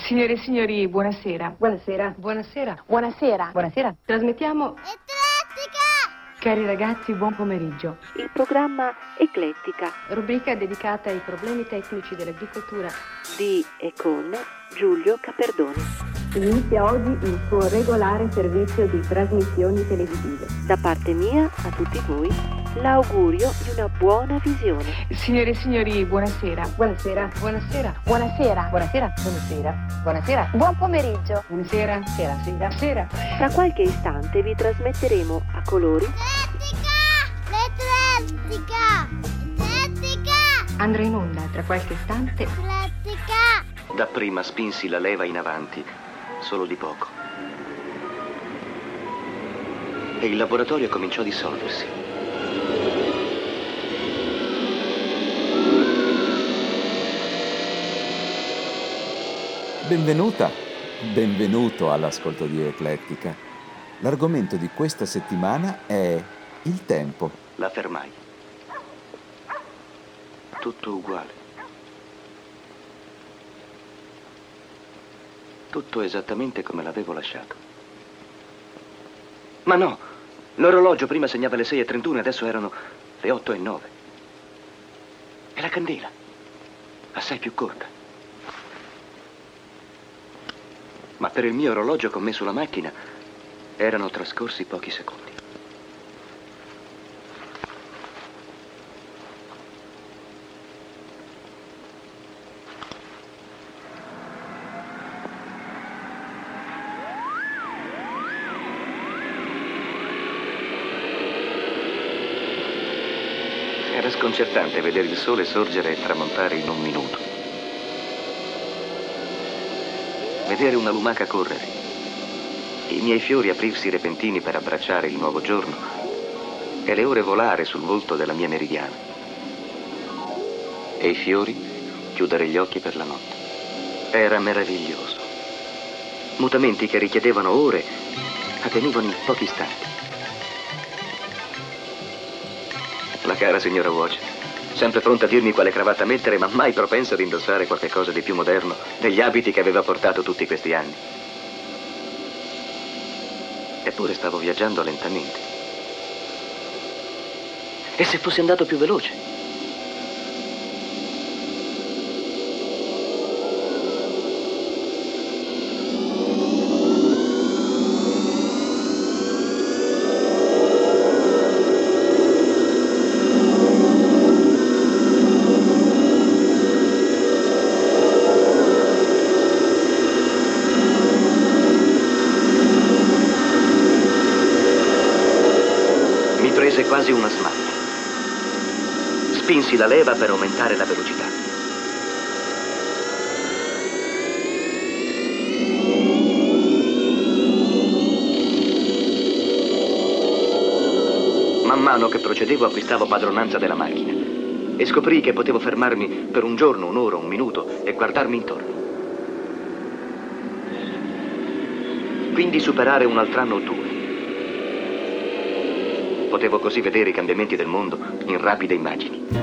Signore e signori, buonasera. Buonasera. Buonasera. Buonasera. Buonasera. Trasmettiamo... Eclettica! Cari ragazzi, buon pomeriggio. Il programma Eclettica Rubrica dedicata ai problemi tecnici dell'agricoltura di e con Giulio Caperdoni. Inizia oggi il suo regolare servizio di trasmissioni televisive. Da parte mia a tutti voi l'augurio di una buona visione. Signore e signori, buonasera. Buonasera. Buonasera. Buonasera. Buonasera. Buonasera. Buonasera. Buon pomeriggio. Buonasera. Sera. Sera. Sera. Tra qualche istante vi trasmetteremo a colori L'Eclettica! L'Eclettica! Andrà in onda tra qualche istante. L'Eclettica! Dapprima spinsi la leva in avanti, solo di poco. E il laboratorio cominciò a dissolversi. Benvenuta, benvenuto all'ascolto di Eclettica. L'argomento di questa settimana è il tempo. La fermai. Tutto uguale. Tutto esattamente come l'avevo lasciato. Ma no, l'orologio prima segnava le 6:31 e adesso erano le 8:09. E la candela, assai più corta. Ma per il mio orologio con me sulla macchina erano trascorsi pochi secondi. Era sconcertante vedere il sole sorgere e tramontare in un minuto. Vedere una lumaca correre, i miei fiori aprirsi repentini per abbracciare il nuovo giorno e le ore volare sul volto della mia meridiana. E i fiori chiudere gli occhi per la notte. Era meraviglioso. Mutamenti che richiedevano ore avvenivano in pochi istanti. La cara signora Watch, sempre pronta a dirmi quale cravatta mettere, ma mai propensa ad indossare qualche cosa di più moderno degli abiti che aveva portato tutti questi anni. Eppure stavo viaggiando lentamente. E se fossi andato più veloce? Quasi una smania. Spinsi la leva per aumentare la velocità. Man mano che procedevo acquistavo padronanza della macchina e scoprì che potevo fermarmi per un giorno, un'ora, un minuto e guardarmi intorno. Quindi superare un altro anno o due. Potevo così vedere i cambiamenti del mondo in rapide immagini.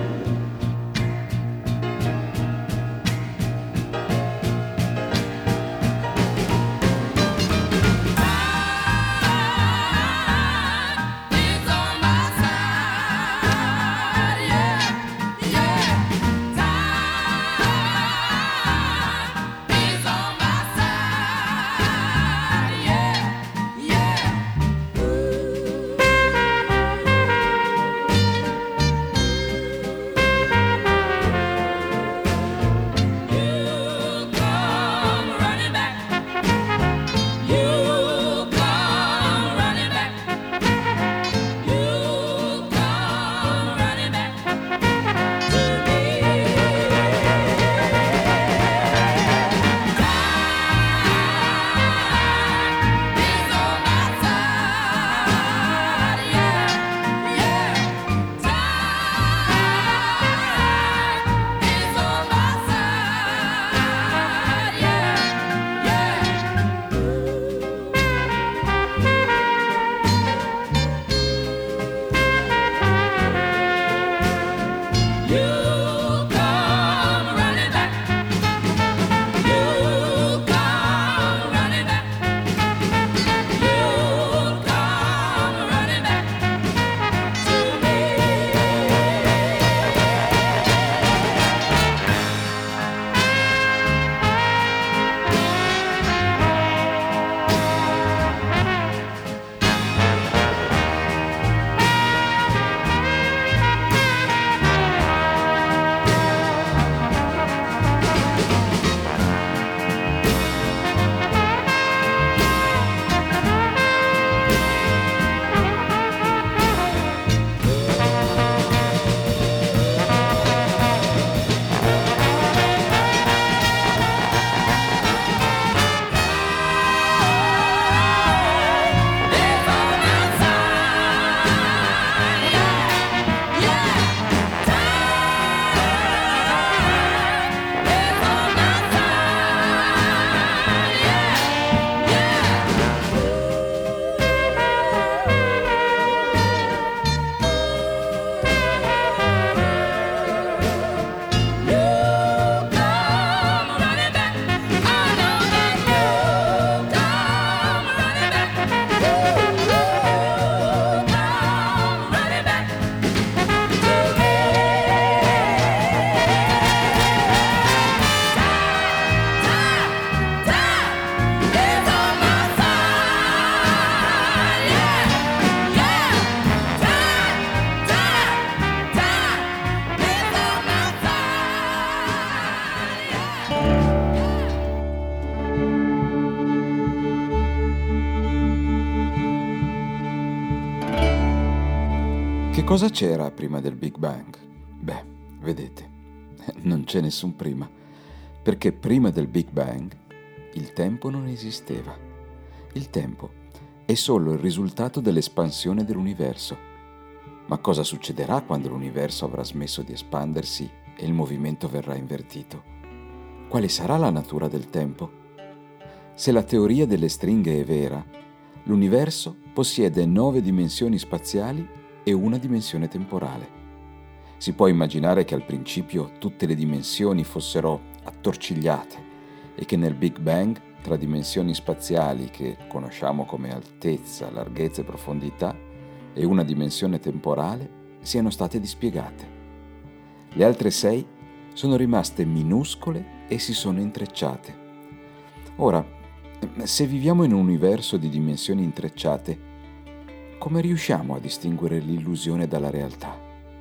cosa c'era prima del Big Bang? Beh, vedete, non c'è nessun prima, perché prima del Big Bang il tempo non esisteva. Il tempo è solo il risultato dell'espansione dell'universo. Ma cosa succederà quando l'universo avrà smesso di espandersi e il movimento verrà invertito? Quale sarà la natura del tempo? Se la teoria delle stringhe è vera, l'universo possiede 9 dimensioni spaziali e una dimensione temporale. Si può immaginare che al principio tutte le dimensioni fossero attorcigliate e che nel Big Bang, tra dimensioni spaziali che conosciamo come altezza, larghezza e profondità, e una dimensione temporale, siano state dispiegate. Le altre 6 sono rimaste minuscole e si sono intrecciate. Ora, se viviamo in un universo di dimensioni intrecciate, come riusciamo a distinguere l'illusione dalla realtà?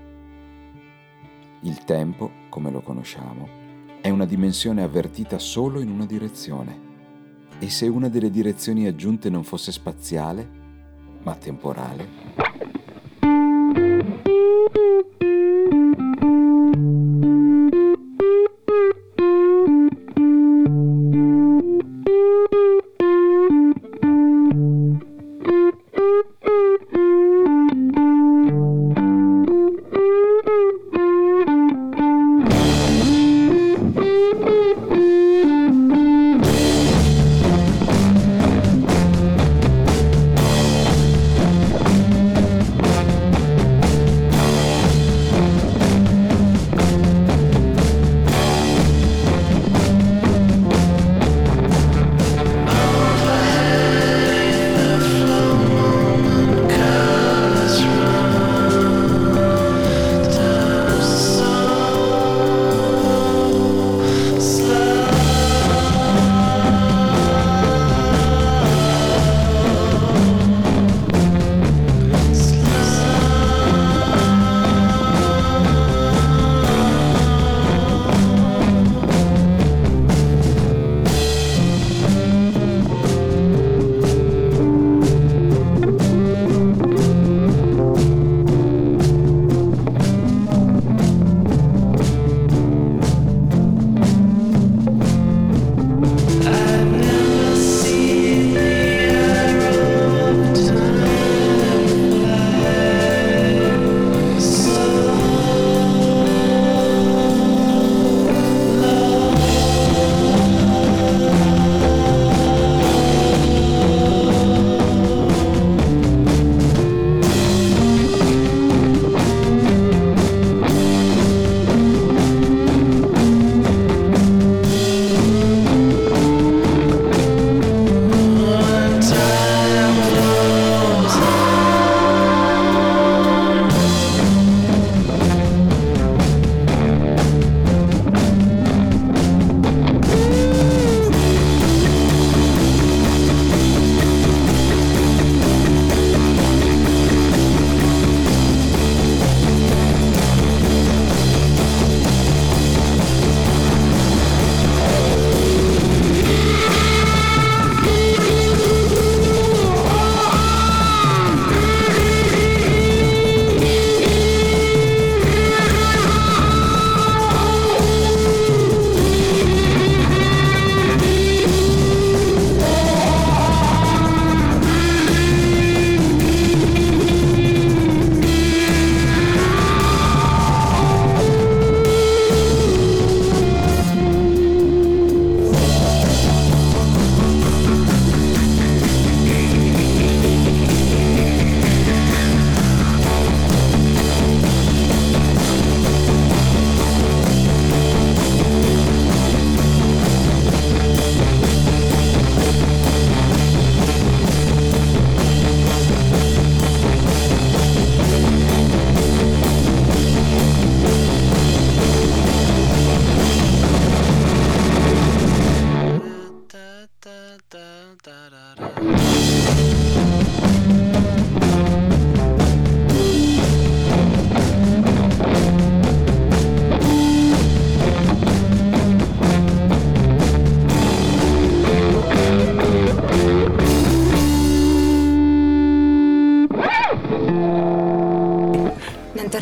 Il tempo, come lo conosciamo, è una dimensione avvertita solo in una direzione. E se una delle direzioni aggiunte non fosse spaziale, ma temporale?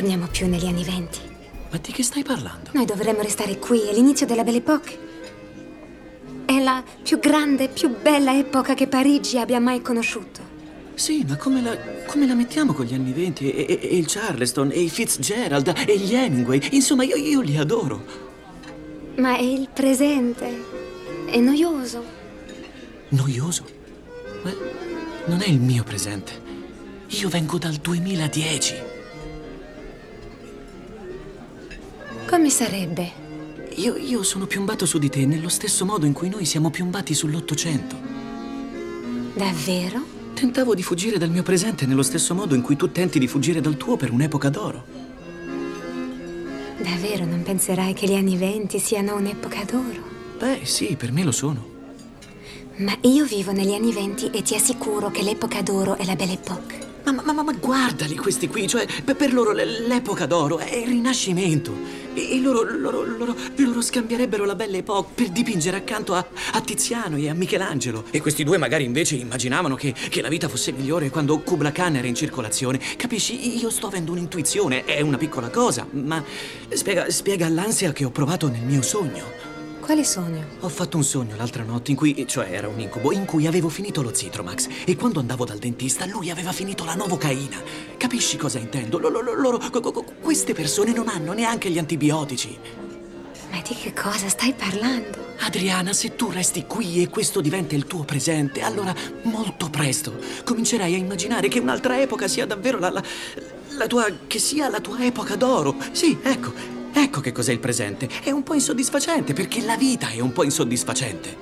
torniamo più negli anni '20. Ma di che stai parlando? Noi dovremmo restare qui, è l'inizio della Belle Époque. È la più grande, più bella epoca che Parigi abbia mai conosciuto. Sì, ma come la mettiamo con gli anni '20 e il Charleston e i Fitzgerald e gli Hemingway? Insomma, io li adoro. Ma è il presente. È noioso. Noioso? Ma non è il mio presente. Io vengo dal 2010. Come sarebbe? Io sono piombato su di te nello stesso modo in cui noi siamo piombati sull'Ottocento. Davvero? Tentavo di fuggire dal mio presente nello stesso modo in cui tu tenti di fuggire dal tuo per un'epoca d'oro. Davvero non penserai che gli anni '20 siano un'epoca d'oro? Beh, sì, per me lo sono. Ma io vivo negli anni '20 e ti assicuro che l'epoca d'oro è la Belle Époque. Ma guardali questi qui, cioè per loro l'epoca d'oro è il Rinascimento. E loro scambierebbero la Belle Époque per dipingere accanto a Tiziano e a Michelangelo. E questi due magari invece immaginavano che la vita fosse migliore quando Kubla Khan era in circolazione. Capisci? Io sto avendo un'intuizione, è una piccola cosa, ma spiega l'ansia che ho provato nel mio sogno. Quale sogno? Ho fatto un sogno l'altra notte in cui, cioè era un incubo, in cui avevo finito lo Zitromax e quando andavo dal dentista lui aveva finito la Novocaina. Capisci cosa intendo? Queste persone non hanno neanche gli antibiotici. Ma di che cosa stai parlando? Adriana, se tu resti qui e questo diventa il tuo presente, allora molto presto comincerai a immaginare che un'altra epoca sia davvero la tua epoca d'oro. Sì, ecco. Ecco che cos'è il presente. È un po' insoddisfacente, perché la vita è un po' insoddisfacente.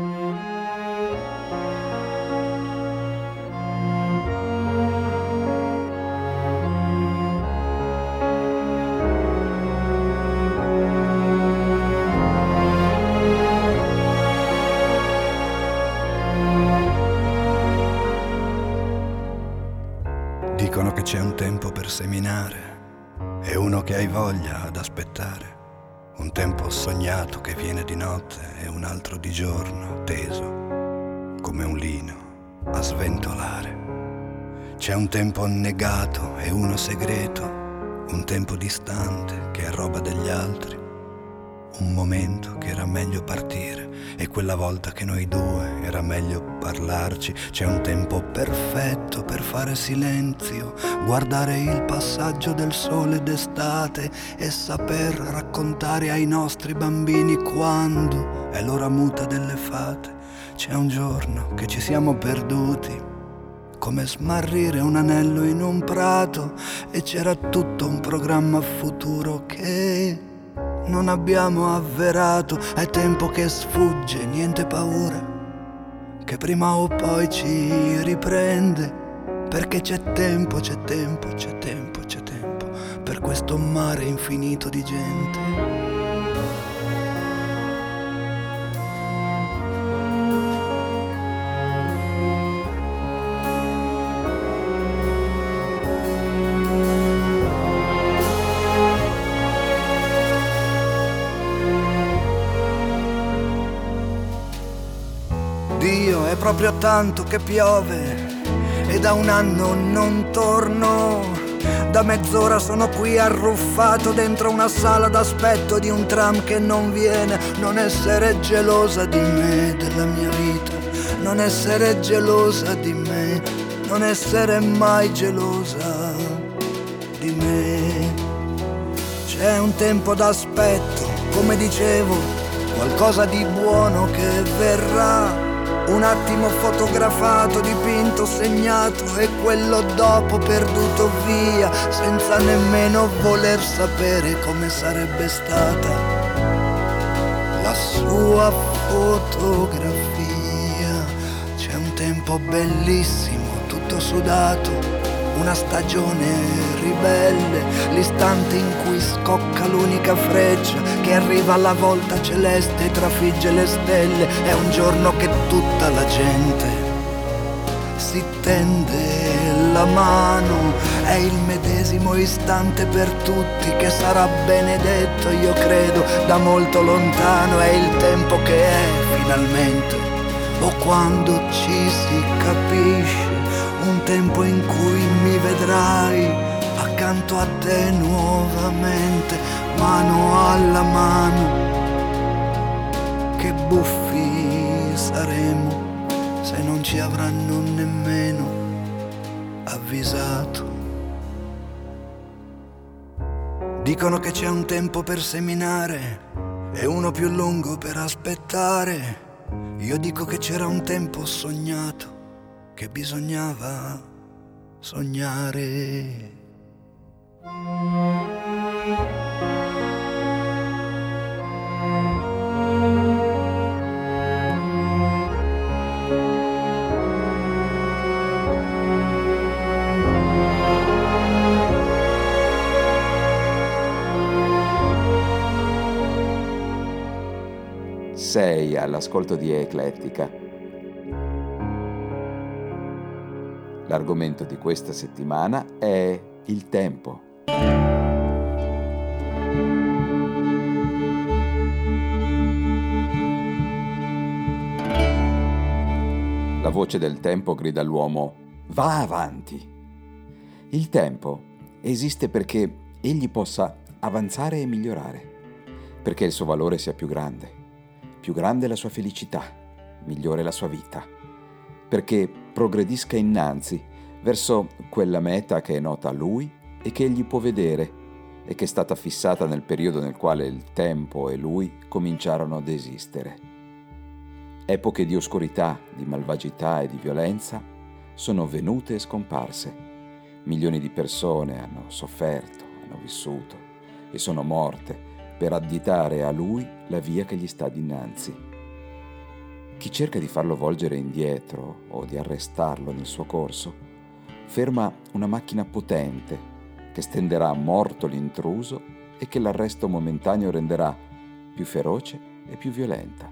Dicono che c'è un tempo per seminare e uno che hai voglia ad aspettare, un tempo sognato che viene di notte e un altro di giorno, teso come un lino a sventolare. C'è un tempo negato e uno segreto, un tempo distante che è roba degli altri, un momento che era meglio partire e quella volta che noi due era meglio parlarci. C'è un tempo perfetto per fare silenzio, guardare il passaggio del sole d'estate e saper raccontare ai nostri bambini quando è l'ora muta delle fate. C'è un giorno che ci siamo perduti, come smarrire un anello in un prato, e c'era tutto un programma futuro che non abbiamo avverato. È tempo che sfugge, niente paura, che prima o poi ci riprende, perché c'è tempo per questo mare infinito di gente. Dio, è proprio tanto che piove e da un anno non torno. Da mezz'ora sono qui arruffato dentro una sala d'aspetto di un tram che non viene. Non essere gelosa di me, della mia vita, non essere gelosa di me, non essere mai gelosa di me. C'è un tempo d'aspetto, come dicevo, qualcosa di buono che verrà. Un attimo fotografato, dipinto, segnato e quello dopo perduto via, senza nemmeno voler sapere come sarebbe stata la sua fotografia. C'è un tempo bellissimo, tutto sudato, una stagione ribelle, l'istante in cui scocca l'unica freccia che arriva alla volta celeste e trafigge le stelle. È un giorno che tutta la gente si tende la mano, è il medesimo istante per tutti che sarà benedetto, io credo, da molto lontano. È il tempo che è finalmente, o quando ci si capisce, un tempo in cui mi vedrai accanto a te nuovamente, mano alla mano. Che buffi saremo se non ci avranno nemmeno avvisato. Dicono che c'è un tempo per seminare e uno più lungo per aspettare. Io dico che c'era un tempo sognato, che bisognava sognare. Sei all'ascolto di Eclettica. L'argomento di questa settimana è il tempo. La voce del tempo grida all'uomo: va avanti. Il tempo esiste perché egli possa avanzare e migliorare, perché il suo valore sia più grande la sua felicità, migliore la sua vita, perché progredisca innanzi verso quella meta che è nota a lui e che egli può vedere e che è stata fissata nel periodo nel quale il tempo e lui cominciarono ad esistere. Epoche di oscurità, di malvagità e di violenza sono venute e scomparse. Milioni di persone hanno sofferto, hanno vissuto e sono morte per additare a lui la via che gli sta dinanzi. Chi cerca di farlo volgere indietro o di arrestarlo nel suo corso, ferma una macchina potente che stenderà morto l'intruso e che l'arresto momentaneo renderà più feroce e più violenta.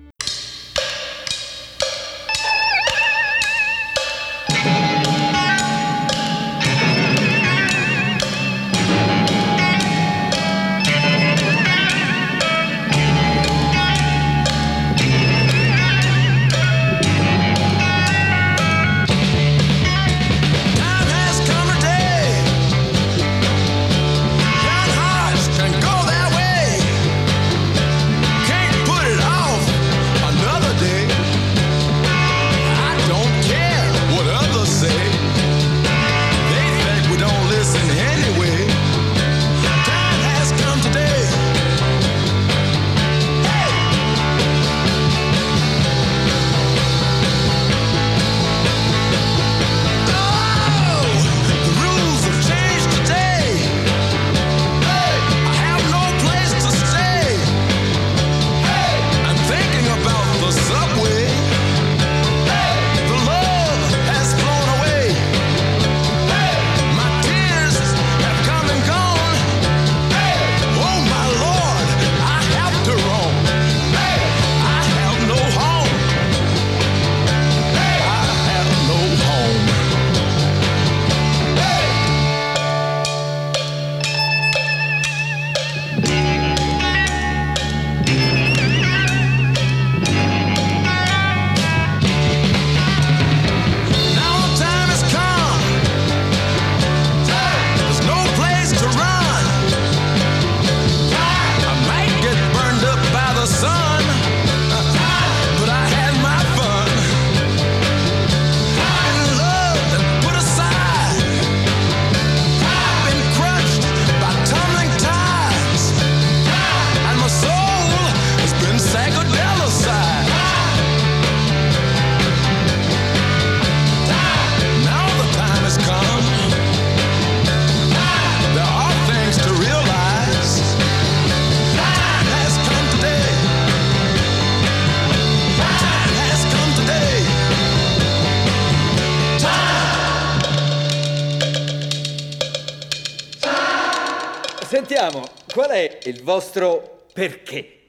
Sentiamo, qual è il vostro perché?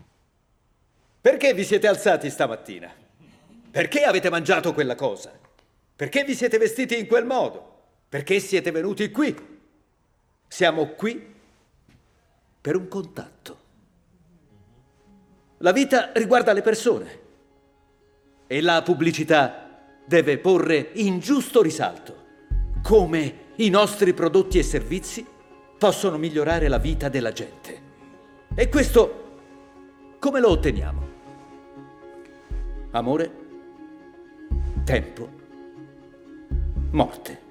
Perché vi siete alzati stamattina? Perché avete mangiato quella cosa? Perché vi siete vestiti in quel modo? Perché siete venuti qui? Siamo qui per un contatto. La vita riguarda le persone e la pubblicità deve porre in giusto risalto come i nostri prodotti e servizi possono migliorare la vita della gente. E questo come lo otteniamo? Amore, tempo, morte.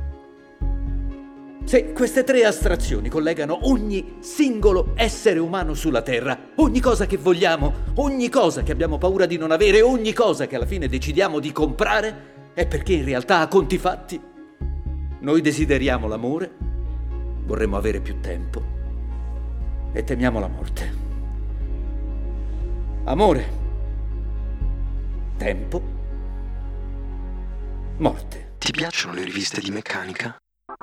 Se queste tre astrazioni collegano ogni singolo essere umano sulla Terra, ogni cosa che vogliamo, ogni cosa che abbiamo paura di non avere, ogni cosa che alla fine decidiamo di comprare, è perché in realtà, a conti fatti, noi desideriamo l'amore, vorremmo avere più tempo e temiamo la morte. Amore, tempo, morte. Ti piacciono le riviste di meccanica?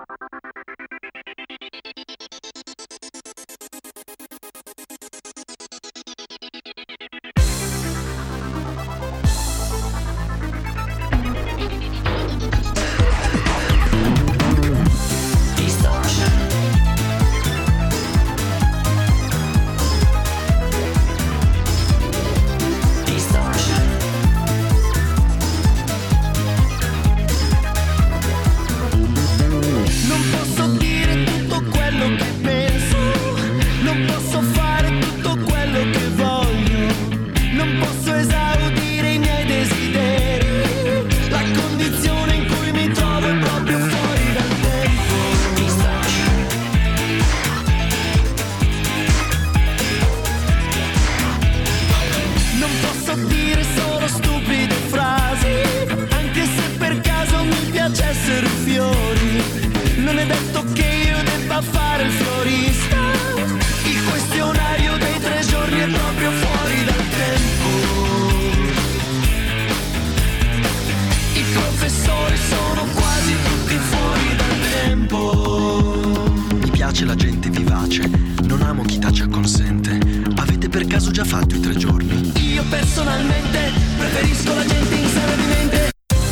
La gente vivace, non amo chi tace acconsente. Avete per caso già fatto i 3 giorni? Io personalmente preferisco la gente insana di mente.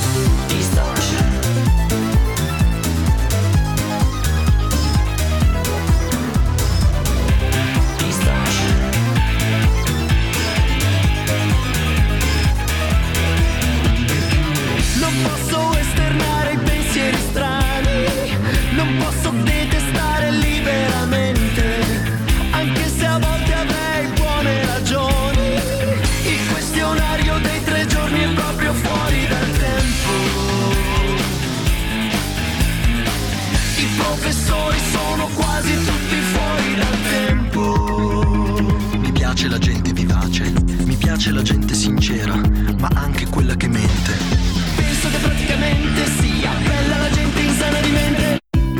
Non posso esternare i pensieri strani, non posso detestare liberamente, anche se a volte avrei buone ragioni. Il questionario dei 3 giorni è proprio fuori dal tempo. I professori sono quasi tutti fuori dal tempo. Mi piace la gente vivace, mi piace la gente sincera, ma anche quella che mente. Penso che praticamente sia bella la gente insana di mente.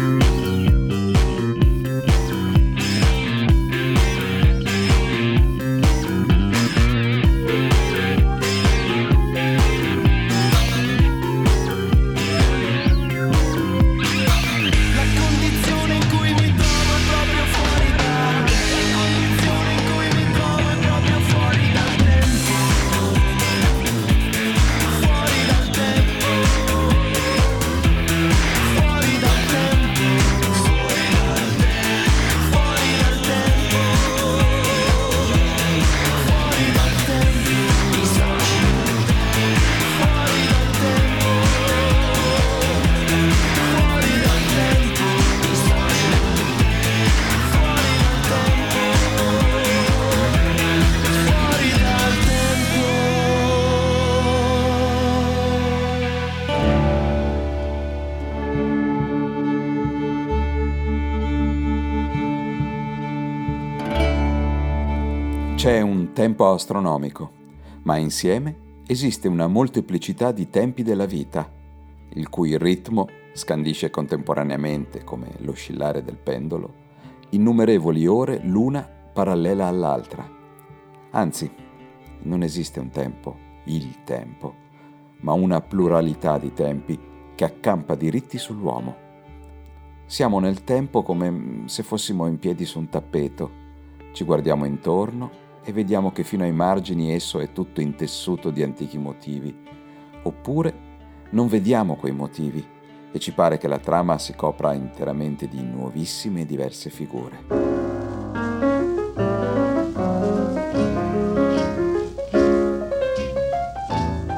C'è un tempo astronomico, ma insieme esiste una molteplicità di tempi della vita, il cui ritmo scandisce contemporaneamente, come l'oscillare del pendolo, innumerevoli ore l'una parallela all'altra. Anzi, non esiste un tempo, il tempo, ma una pluralità di tempi che accampa diritti sull'uomo. Siamo nel tempo come se fossimo in piedi su un tappeto, ci guardiamo intorno e vediamo che fino ai margini esso è tutto intessuto di antichi motivi, oppure non vediamo quei motivi e ci pare che la trama si copra interamente di nuovissime e diverse figure.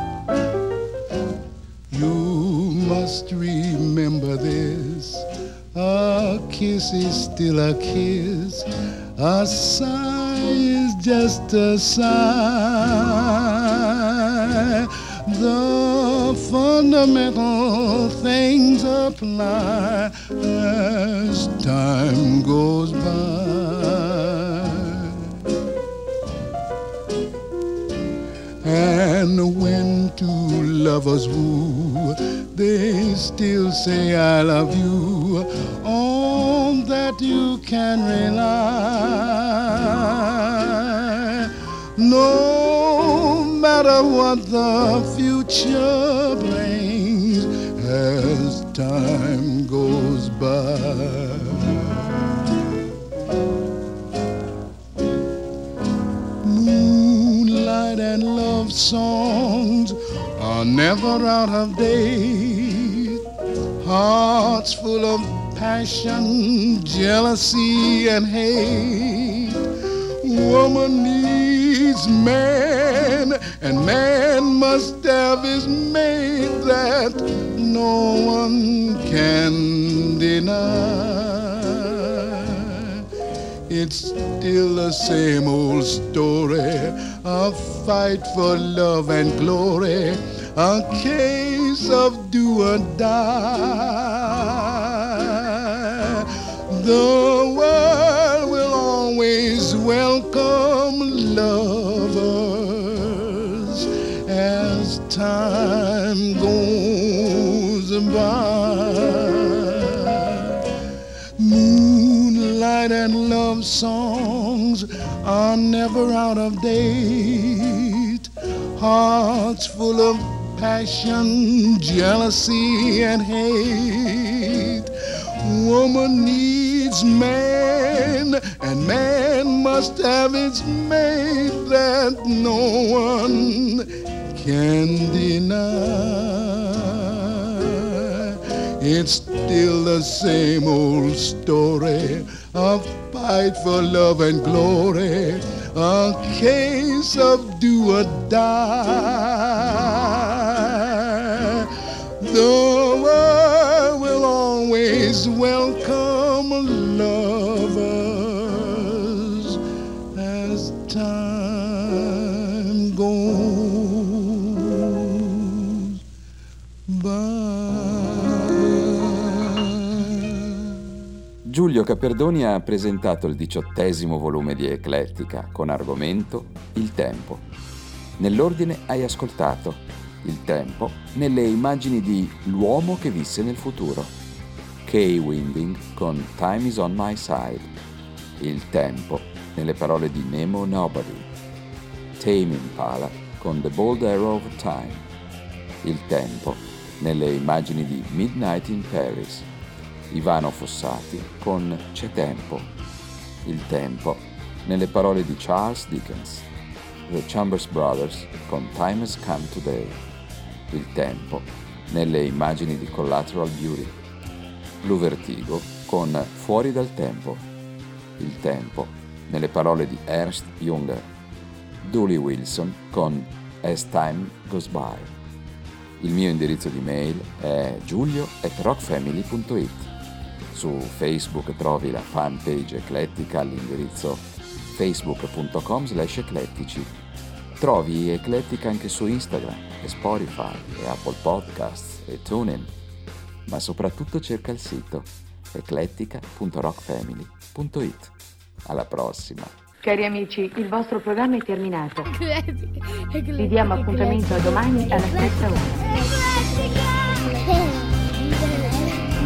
You must remember this. A kiss is still a kiss. A sigh is just a sigh. The fundamental things apply as time goes by. And when two lovers woo, they still say I love you. On that you can rely. No matter what the future brings as time goes by. Moonlight and love songs are never out of date. Hearts full of passion, jealousy, and hate. Woman needs man, and man must have his mate that no one can deny. It's still the same old story, a fight for love and glory, a case of do or die. The world will always welcome lovers as time goes by. Moonlight and love songs are never out of date. Hearts full of passion, jealousy, and hate. Woman needs man, and man must have its mate that no one can deny. It's still the same old story, a fight for love and glory, a case of do or die. The world will always welcome lovers as time goes by. Giulio Caperdoni ha presentato il 18° volume di Eclettica con argomento Il tempo. Nell'ordine hai ascoltato Il tempo nelle immagini di L'uomo che visse nel futuro, Kay Winding con Time is on my side, Il tempo nelle parole di Nemo Nobody, Tame Impala con The Bold Arrow of Time, Il tempo nelle immagini di Midnight in Paris, Ivano Fossati con C'è tempo, Il tempo nelle parole di Charles Dickens, The Chambers Brothers con Time Has Come Today, Il tempo nelle immagini di Collateral Beauty, Blue Vertigo con Fuori dal tempo, Il tempo nelle parole di Ernst Junger, Dooley Wilson con As Time Goes By. Il mio indirizzo di mail è giulio@rockfamily.it. Su Facebook trovi la fanpage Eclettica all'indirizzo facebook.com/eclettici. Trovi Eclettica anche su Instagram e Spotify e Apple Podcasts e TuneIn, ma soprattutto cerca il sito eclettica.rockfamily.it. Alla prossima! Cari amici, il vostro programma è terminato. Vi diamo appuntamento a domani alla stessa ora.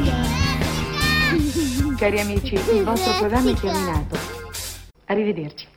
Cari amici, il vostro programma è terminato. Arrivederci.